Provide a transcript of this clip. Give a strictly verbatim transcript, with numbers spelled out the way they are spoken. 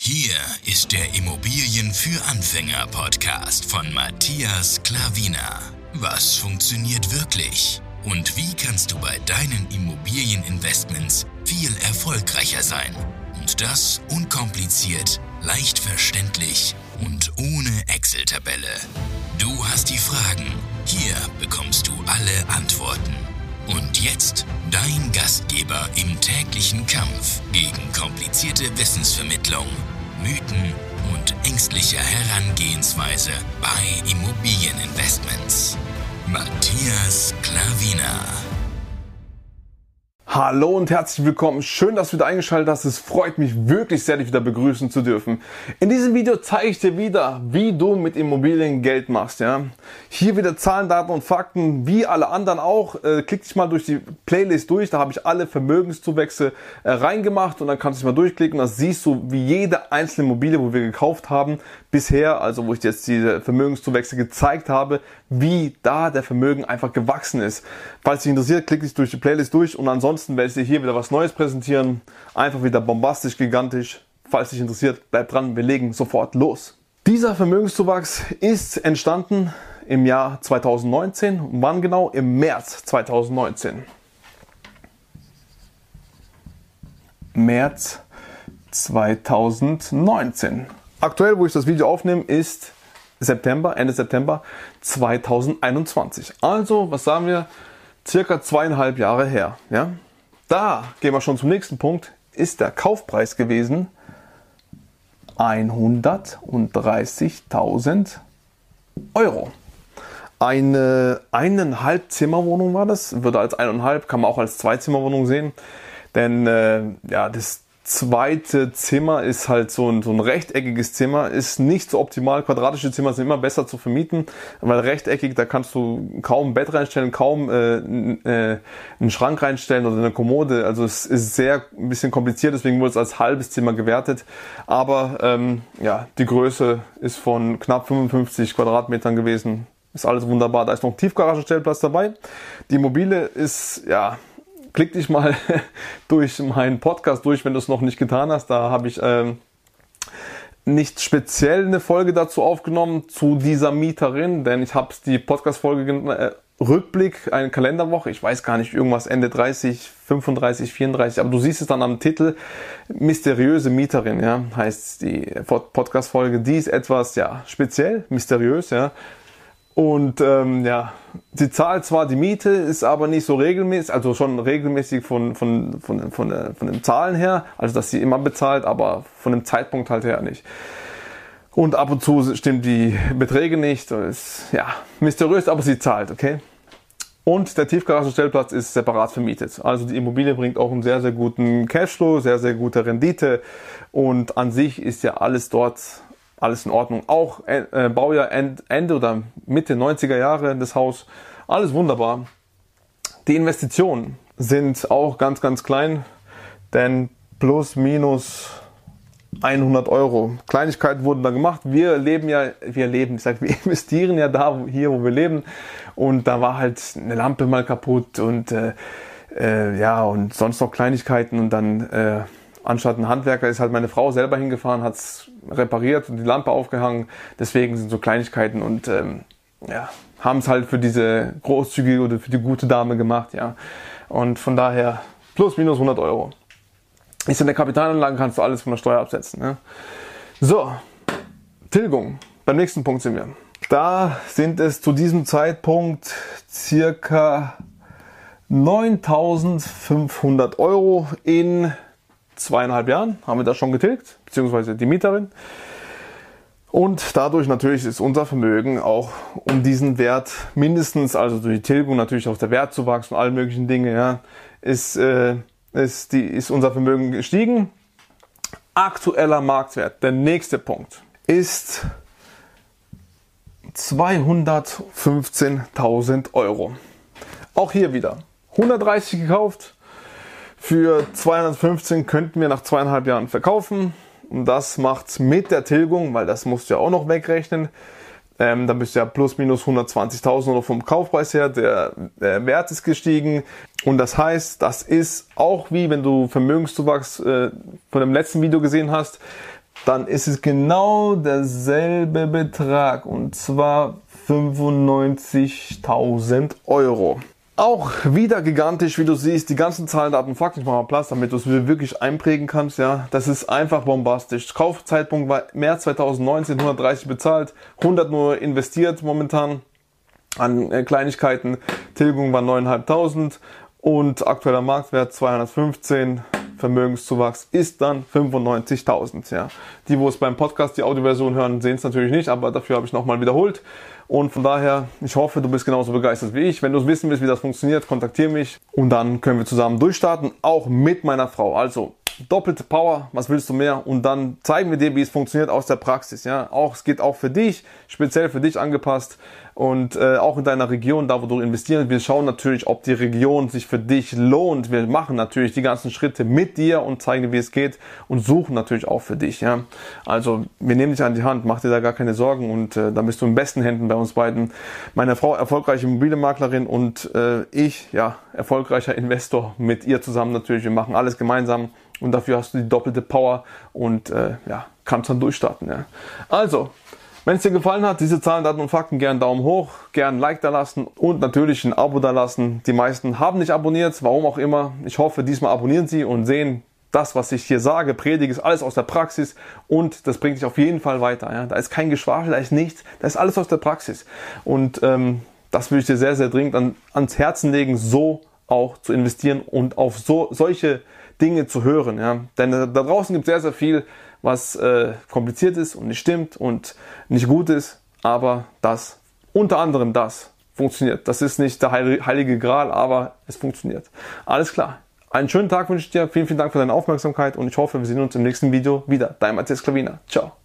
Hier ist der Immobilien für Anfänger Podcast von Matthias Klavina. Was funktioniert wirklich? Und wie kannst du bei deinen Immobilieninvestments viel erfolgreicher sein? Und das unkompliziert, leicht verständlich und ohne Excel-Tabelle. Du hast die Fragen, hier bekommst du alle Antworten. Und jetzt dein Gastgeber im täglichen Kampf gegen komplizierte Wissensvermittlung, Mythen und ängstliche Herangehensweise bei Immobilieninvestments. Matthias Klavina. Hallo und herzlich willkommen. Schön, dass du wieder eingeschaltet hast. Es freut mich wirklich sehr, dich wieder begrüßen zu dürfen. In diesem Video zeige ich dir wieder, wie du mit Immobilien Geld machst. Ja? Hier wieder Zahlen, Daten und Fakten, wie alle anderen auch. Äh, klick dich mal durch die Playlist durch. Da habe ich alle Vermögenszuwächse äh, reingemacht und dann kannst du dich mal durchklicken. Da siehst du, wie jede einzelne Immobilie, wo wir gekauft haben, bisher, also wo ich dir jetzt diese Vermögenszuwächse gezeigt habe, wie da der Vermögen einfach gewachsen ist. Falls dich interessiert, klick dich durch die Playlist durch und ansonsten werde ich dir hier wieder was Neues präsentieren. Einfach wieder bombastisch, gigantisch. Falls dich interessiert, bleib dran, wir legen sofort los. Dieser Vermögenszuwachs ist entstanden im Jahr zweitausendneunzehn. Und wann genau? Im März zweitausendneunzehn. März zweitausendneunzehn. Aktuell, wo ich das Video aufnehme, ist September, Ende September zweitausendeinundzwanzig. Also, was sagen wir? Circa zweieinhalb Jahre her. Ja? Da gehen wir schon zum nächsten Punkt. Ist der Kaufpreis gewesen hundertdreißigtausend Euro. Eine eineinhalb Zimmerwohnung war das. Würde als eineinhalb, kann man auch als Zweizimmerwohnung sehen. Denn äh, ja, das zweite Zimmer ist halt so ein, so ein rechteckiges Zimmer, ist nicht so optimal. Quadratische Zimmer sind immer besser zu vermieten, weil rechteckig, da kannst du kaum ein Bett reinstellen, kaum äh, äh, einen Schrank reinstellen oder eine Kommode. Also es ist sehr ein bisschen kompliziert, deswegen wurde es als halbes Zimmer gewertet. Aber ähm, ja, die Größe ist von knapp fünfundfünfzig Quadratmetern gewesen. Ist alles wunderbar. Da ist noch ein Tiefgaragenstellplatz dabei. Die Immobilie ist, ja, klick dich mal durch meinen Podcast durch, wenn du es noch nicht getan hast. Da habe ich ähm, nicht speziell eine Folge dazu aufgenommen, zu dieser Mieterin, denn ich habe die Podcast-Folge äh, Rückblick, eine Kalenderwoche, ich weiß gar nicht, irgendwas Ende dreißig, fünfunddreißig, vierunddreißig, aber du siehst es dann am Titel, mysteriöse Mieterin, ja, heißt die Podcast-Folge. Die ist etwas, ja, speziell, mysteriös, ja. Und ähm, ja, sie zahlt zwar die Miete, ist aber nicht so regelmäßig, also schon regelmäßig von von von von, der, von den Zahlen her, also dass sie immer bezahlt, aber von dem Zeitpunkt halt her nicht. Und ab und zu stimmen die Beträge nicht, ist ja mysteriös, aber sie zahlt, okay? Und der Tiefgaragenstellplatz ist separat vermietet. Also die Immobilie bringt auch einen sehr, sehr guten Cashflow, sehr, sehr gute Rendite und an sich ist ja alles dort alles in Ordnung. Auch äh, Baujahr End, Ende oder Mitte neunziger Jahre das Haus. Alles wunderbar. Die Investitionen sind auch ganz, ganz klein. Denn plus, minus hundert Euro. Kleinigkeiten wurden da gemacht. Wir leben ja, wir leben, ich sag, wir investieren ja da, wo, hier, wo wir leben. Und da war halt eine Lampe mal kaputt und äh, äh, ja, und sonst noch Kleinigkeiten. Und dann äh, anstatt ein Handwerker ist halt meine Frau selber hingefahren, hat es repariert und die Lampe aufgehangen. Deswegen sind so Kleinigkeiten und ähm, ja, haben es halt für diese großzügige oder für die gute Dame gemacht. Ja. Und von daher plus minus hundert Euro. Ist in der Kapitalanlage, kannst du alles von der Steuer absetzen. Ne? So, Tilgung. Beim nächsten Punkt sind wir. Da sind es zu diesem Zeitpunkt circa neuntausendfünfhundert Euro in zweieinhalb Jahren haben wir das schon getilgt, beziehungsweise die Mieterin. Und dadurch natürlich ist unser Vermögen auch um diesen Wert mindestens, also durch die Tilgung natürlich auch der Wertzuwachs und alle möglichen Dinge, ja, ist, äh, ist, die, ist unser Vermögen gestiegen. Aktueller Marktwert, der nächste Punkt, ist zweihundertfünfzehntausend Euro. Auch hier wieder hundertdreißig gekauft. Für zweihundertfünfzehn könnten wir nach zweieinhalb Jahren verkaufen. Und das macht mit der Tilgung, weil das musst du ja auch noch wegrechnen. Ähm, dann bist du ja plus minus hundertzwanzigtausend Euro vom Kaufpreis her. Der, der Wert ist gestiegen. Und das heißt, das ist auch wie wenn du Vermögenszuwachs äh, von dem letzten Video gesehen hast. dann ist es genau derselbe Betrag und zwar fünfundneunzigtausend Euro. Auch wieder gigantisch, wie du siehst, die ganzen Zahlen, Daten, Fakten, ich mache mal Platz, damit du es wirklich einprägen kannst, ja. Das ist einfach bombastisch. Kaufzeitpunkt war März zweitausendneunzehn, hundertdreißig bezahlt, hundert nur investiert momentan an äh, Kleinigkeiten. Tilgung war neuntausendfünfhundert und aktueller Marktwert zweihundertfünfzehn. Vermögenszuwachs ist dann fünfundneunzigtausend. Ja. Die, wo es beim Podcast die Audioversion hören, sehen es natürlich nicht, aber dafür habe ich nochmal wiederholt. Und von daher, ich hoffe, du bist genauso begeistert wie ich. Wenn du wissen willst, wie das funktioniert, kontaktiere mich und dann können wir zusammen durchstarten, auch mit meiner Frau. Also doppelte Power, was willst du mehr? Und dann zeigen wir dir, wie es funktioniert aus der Praxis. Ja, auch es geht auch für dich, speziell für dich angepasst und äh, auch in deiner Region, da wo du investieren. Wir schauen natürlich, ob die Region sich für dich lohnt. Wir machen natürlich die ganzen Schritte mit dir und zeigen dir, wie es geht und suchen natürlich auch für dich. Ja, also wir nehmen dich an die Hand, mach dir da gar keine Sorgen und äh, da bist du in besten Händen bei uns beiden. Meine Frau erfolgreiche Immobilienmaklerin und äh, ich ja erfolgreicher Investor mit ihr zusammen natürlich. Wir machen alles gemeinsam. Und dafür hast du die doppelte Power und äh, ja, kannst dann durchstarten. Ja. Also, wenn es dir gefallen hat, diese Zahlen, Daten und Fakten, gerne einen Daumen hoch, gerne ein Like da lassen und natürlich ein Abo da lassen. Die meisten haben nicht abonniert, warum auch immer. Ich hoffe, diesmal abonnieren sie und sehen, das, was ich hier sage, predige, ist alles aus der Praxis und das bringt dich auf jeden Fall weiter. Ja. Da ist kein Geschwafel, da ist nichts, da ist alles aus der Praxis. Und ähm, das würde ich dir sehr, sehr dringend an, ans Herzen legen, so auch zu investieren und auf so solche Dinge zu hören, ja. Denn da draußen gibt es sehr, sehr viel, was äh, kompliziert ist und nicht stimmt und nicht gut ist, aber das, unter anderem das, funktioniert. Das ist nicht der heilige Gral, aber es funktioniert. Alles klar. Einen schönen Tag wünsche ich dir. Vielen, vielen Dank für deine Aufmerksamkeit und ich hoffe, wir sehen uns im nächsten Video wieder. Dein Matthias Klavina. Ciao.